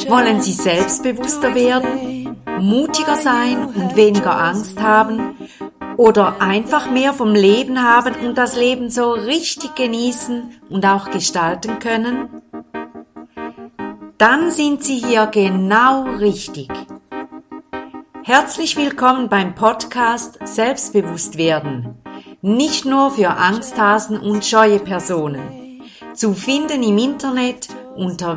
Wollen Sie selbstbewusster werden, mutiger sein und weniger Angst haben oder einfach mehr vom Leben haben und das Leben so richtig genießen und auch gestalten können? Dann sind Sie hier genau richtig. Herzlich willkommen beim Podcast Selbstbewusst werden. Nicht nur für Angsthasen und scheue Personen. Zu finden im Internet unter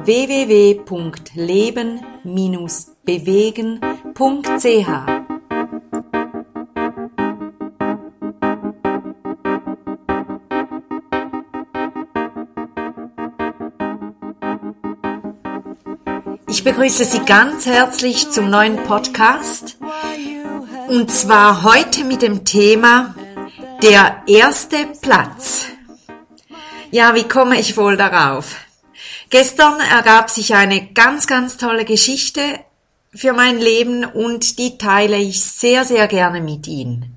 www.leben-bewegen.ch. Ich begrüße Sie ganz herzlich zum neuen Podcast und zwar heute mit dem Thema der erste Platz. Ja, wie komme ich wohl darauf? Gestern ergab sich eine ganz, ganz tolle Geschichte für mein Leben und die teile ich sehr, sehr gerne mit Ihnen.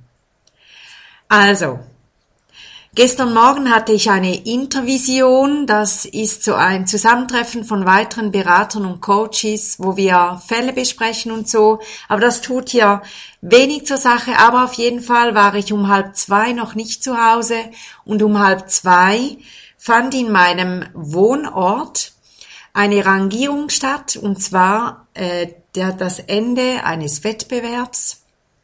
Also, gestern Morgen hatte ich eine Intervision, das ist so ein Zusammentreffen von weiteren Beratern und Coaches, wo wir Fälle besprechen und so, aber das tut hier wenig zur Sache, aber auf jeden Fall war ich um 1:30 noch nicht zu Hause und um 1:30 fand in meinem Wohnort eine Rangierung statt, und zwar das Ende eines Wettbewerbs.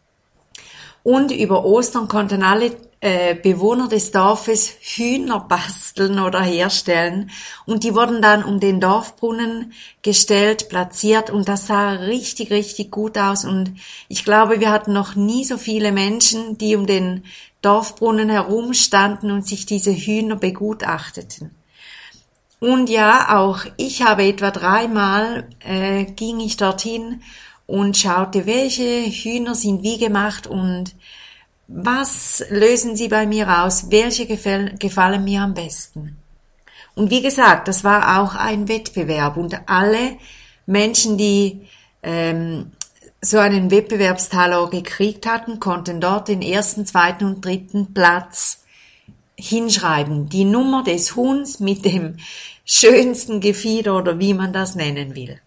Und über Ostern konnten alle Bewohner des Dorfes Hühner basteln oder herstellen. Und die wurden dann um den Dorfbrunnen gestellt, platziert. Und das sah richtig, richtig gut aus. Und ich glaube, wir hatten noch nie so viele Menschen, die um den Dorfbrunnen herumstanden und sich diese Hühner begutachteten. Und ja, auch ich habe etwa 3-mal ging ich dorthin und schaute, welche Hühner sind wie gemacht und was lösen sie bei mir aus, welche gefallen mir am besten. Und wie gesagt, das war auch ein Wettbewerb und alle Menschen, die so einen Wettbewerbstalon gekriegt hatten, konnten dort den 1., 2. und 3. Platz hinschreiben. Die Nummer des Huhns mit dem schönsten Gefieder oder wie man das nennen will.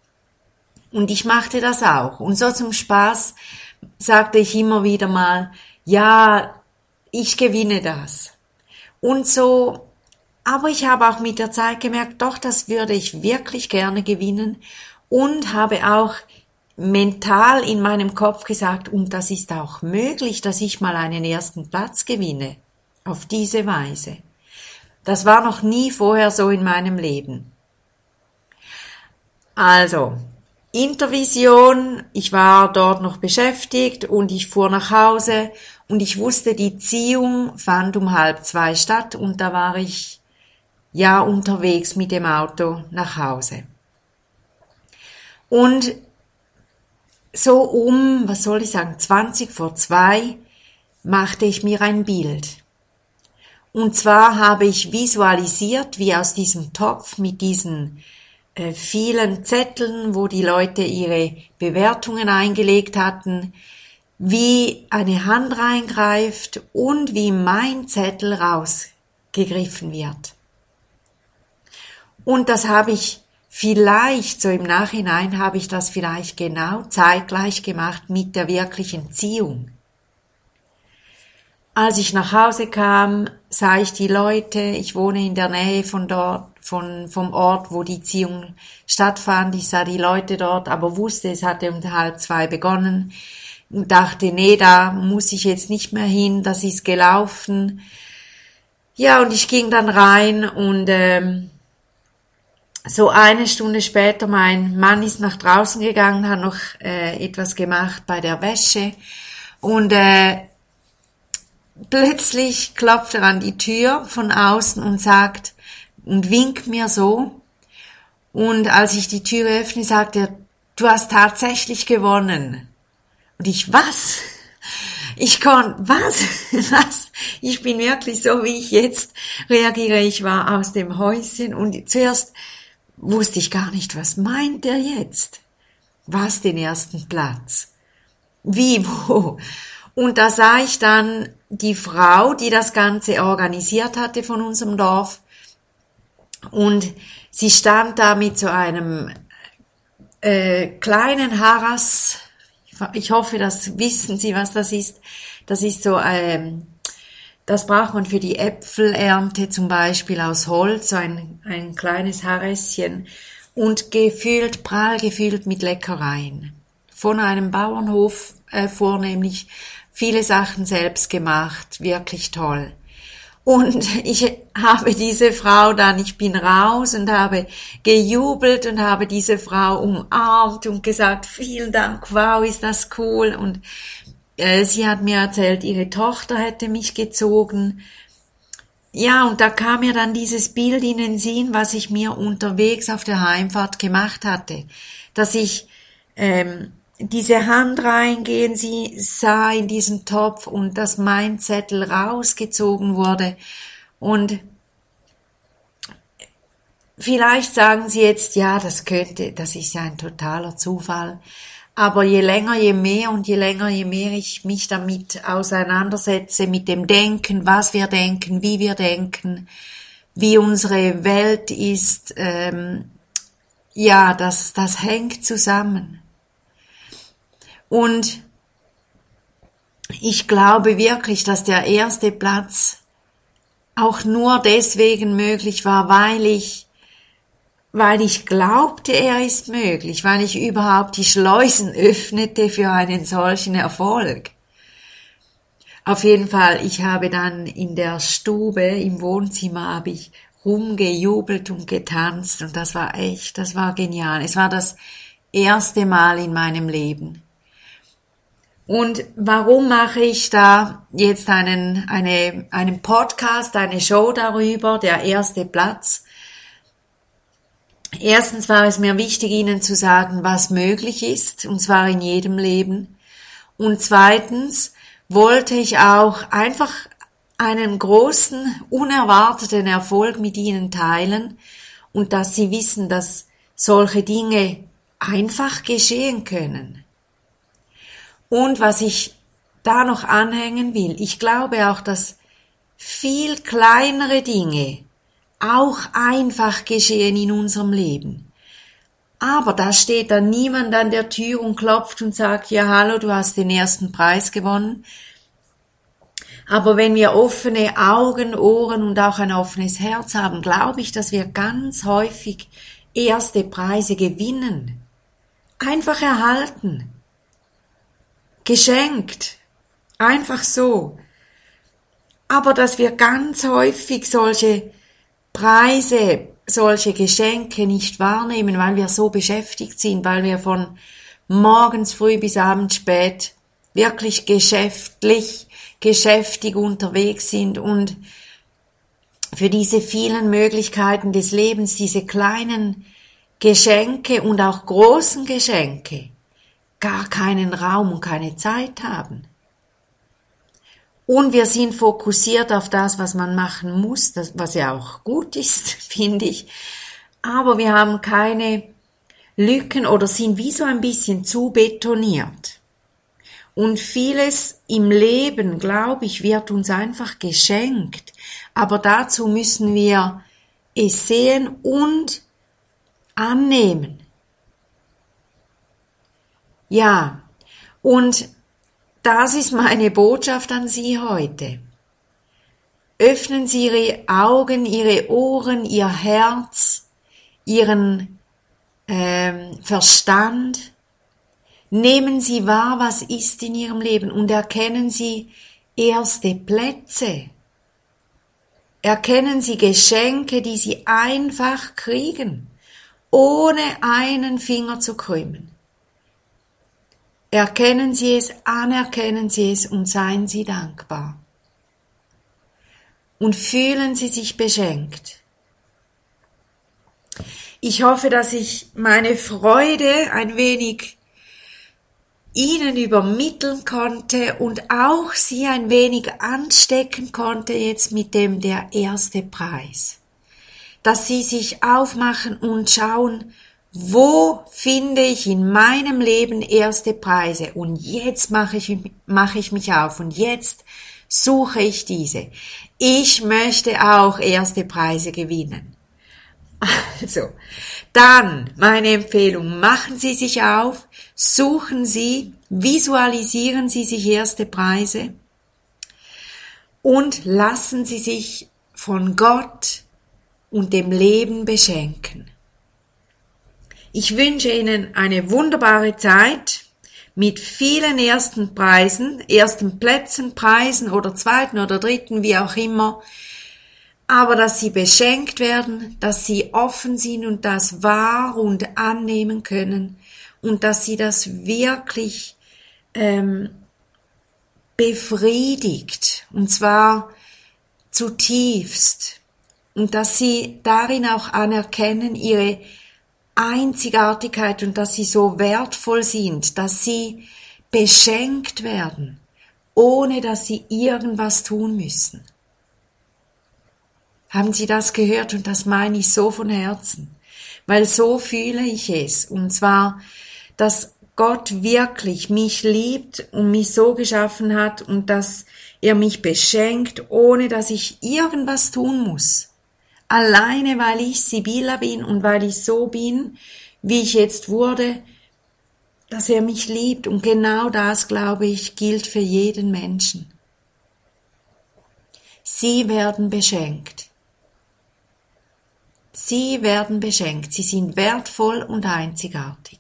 Und ich machte das auch. Und so zum Spaß sagte ich immer wieder mal, ja, ich gewinne das. Und so, aber ich habe auch mit der Zeit gemerkt, doch, das würde ich wirklich gerne gewinnen und habe auch mental in meinem Kopf gesagt, und das ist auch möglich, dass ich mal einen 1. Platz gewinne. Auf diese Weise. Das war noch nie vorher so in meinem Leben. Also, Intervision, ich war dort noch beschäftigt und ich fuhr nach Hause und ich wusste, die Ziehung fand um 1:30 statt und da war ich ja unterwegs mit dem Auto nach Hause. Und so um, 2:20 machte ich mir ein Bild. Und zwar habe ich visualisiert, wie aus diesem Topf mit diesen vielen Zetteln, wo die Leute ihre Bewertungen eingelegt hatten, wie eine Hand reingreift und wie mein Zettel rausgegriffen wird. Und das habe ich vielleicht, so im Nachhinein habe ich das vielleicht genau zeitgleich gemacht mit der wirklichen Ziehung. Als ich nach Hause kam, sah ich die Leute, ich wohne in der Nähe von dort, vom Ort, wo die Ziehung stattfand. Ich sah die Leute dort, aber wusste, es hatte um 1:30 begonnen und dachte, nee, da muss ich jetzt nicht mehr hin, das ist gelaufen. Ja, und ich ging dann rein und so eine Stunde später, mein Mann ist nach draußen gegangen, hat noch etwas gemacht bei der Wäsche und plötzlich klopft er an die Tür von außen und sagt und winkt mir so. Und als ich die Tür öffne, sagt er, du hast tatsächlich gewonnen. Und ich, was? Was? Ich bin wirklich so, wie ich jetzt reagiere. Ich war aus dem Häuschen und zuerst wusste ich gar nicht, was meint er jetzt? Was, den 1. Platz? Wie, wo? Und da sah ich dann die Frau, die das Ganze organisiert hatte von unserem Dorf. Und sie stand da mit so einem kleinen Harras. Ich hoffe, das wissen Sie, was das ist. Das ist so, das braucht man für die Äpfelernte zum Beispiel aus Holz, so ein kleines Harräschen und prall gefüllt mit Leckereien. Von einem Bauernhof vornehmlich, viele Sachen selbst gemacht, wirklich toll. Und ich habe diese Frau dann, ich bin raus und habe gejubelt und habe diese Frau umarmt und gesagt, vielen Dank, wow, ist das cool. Und sie hat mir erzählt, ihre Tochter hätte mich gezogen. Ja, und da kam mir dann dieses Bild in den Sinn, was ich mir unterwegs auf der Heimfahrt gemacht hatte, dass ich diese Hand reingehen sah in diesen Topf und dass mein Zettel rausgezogen wurde. Und vielleicht sagen Sie jetzt, ja, das ist ja ein totaler Zufall. Aber je länger, je mehr und je länger, je mehr ich mich damit auseinandersetze, mit dem Denken, was wir denken, wie unsere Welt ist, ja, das hängt zusammen. Und ich glaube wirklich, dass der erste Platz auch nur deswegen möglich war, weil ich glaubte, er ist möglich, weil ich überhaupt die Schleusen öffnete für einen solchen Erfolg. Auf jeden Fall, ich habe dann in der Stube, im Wohnzimmer, habe ich rumgejubelt und getanzt und das war genial. Es war das erste Mal in meinem Leben. Und warum mache ich da jetzt einen Podcast, eine Show darüber, der erste Platz? Erstens war es mir wichtig, Ihnen zu sagen, was möglich ist, und zwar in jedem Leben. Und zweitens wollte ich auch einfach einen großen, unerwarteten Erfolg mit Ihnen teilen und dass Sie wissen, dass solche Dinge einfach geschehen können. Und was ich da noch anhängen will, ich glaube auch, dass viel kleinere Dinge auch einfach geschehen in unserem Leben. Aber da steht dann niemand an der Tür und klopft und sagt, ja hallo, du hast den ersten Preis gewonnen. Aber wenn wir offene Augen, Ohren und auch ein offenes Herz haben, glaube ich, dass wir ganz häufig erste Preise gewinnen. Einfach erhalten. Geschenkt. Einfach so. Aber dass wir ganz häufig solche Preise, solche Geschenke nicht wahrnehmen, weil wir so beschäftigt sind, weil wir von morgens früh bis abends spät wirklich geschäftig unterwegs sind und für diese vielen Möglichkeiten des Lebens, diese kleinen Geschenke und auch großen Geschenke gar keinen Raum und keine Zeit haben. Und wir sind fokussiert auf das, was man machen muss, was ja auch gut ist, finde ich. Aber wir haben keine Lücken oder sind wie so ein bisschen zu betoniert. Und vieles im Leben, glaube ich, wird uns einfach geschenkt. Aber dazu müssen wir es sehen und annehmen. Ja, und das ist meine Botschaft an Sie heute. Öffnen Sie Ihre Augen, Ihre Ohren, Ihr Herz, Ihren Verstand. Nehmen Sie wahr, was ist in Ihrem Leben und erkennen Sie erste Plätze. Erkennen Sie Geschenke, die Sie einfach kriegen, ohne einen Finger zu krümmen. Erkennen Sie es, anerkennen Sie es und seien Sie dankbar. Und fühlen Sie sich beschenkt. Ich hoffe, dass ich meine Freude ein wenig Ihnen übermitteln konnte und auch Sie ein wenig anstecken konnte jetzt mit der erste Preis. Dass Sie sich aufmachen und schauen, wo finde ich in meinem Leben erste Preise? Und jetzt mache ich mich auf und jetzt suche ich diese. Ich möchte auch erste Preise gewinnen. Also, dann meine Empfehlung, machen Sie sich auf, suchen Sie, visualisieren Sie sich erste Preise und lassen Sie sich von Gott und dem Leben beschenken. Ich wünsche Ihnen eine wunderbare Zeit mit vielen ersten Plätzen, Preisen oder zweiten oder dritten, wie auch immer, aber dass Sie beschenkt werden, dass Sie offen sind und das wahr und annehmen können und dass Sie das wirklich befriedigt, und zwar zutiefst, und dass Sie darin auch anerkennen, Ihre Einzigartigkeit und dass Sie so wertvoll sind, dass Sie beschenkt werden, ohne dass Sie irgendwas tun müssen. Haben Sie das gehört? Und das meine ich so von Herzen, weil so fühle ich es. Und zwar, dass Gott wirklich mich liebt und mich so geschaffen hat und dass er mich beschenkt, ohne dass ich irgendwas tun muss. Alleine, weil ich Sibylla bin und weil ich so bin, wie ich jetzt wurde, dass er mich liebt. Und genau das, glaube ich, gilt für jeden Menschen. Sie werden beschenkt. Sie werden beschenkt. Sie sind wertvoll und einzigartig.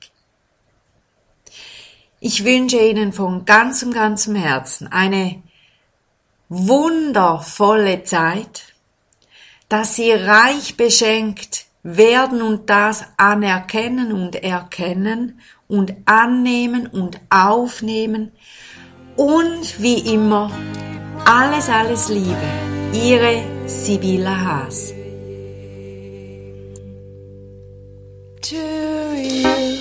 Ich wünsche Ihnen von ganzem Herzen eine wundervolle Zeit, dass Sie reich beschenkt werden und das anerkennen und erkennen und annehmen und aufnehmen und wie immer alles Liebe. Ihre Sibylla Haas. To you.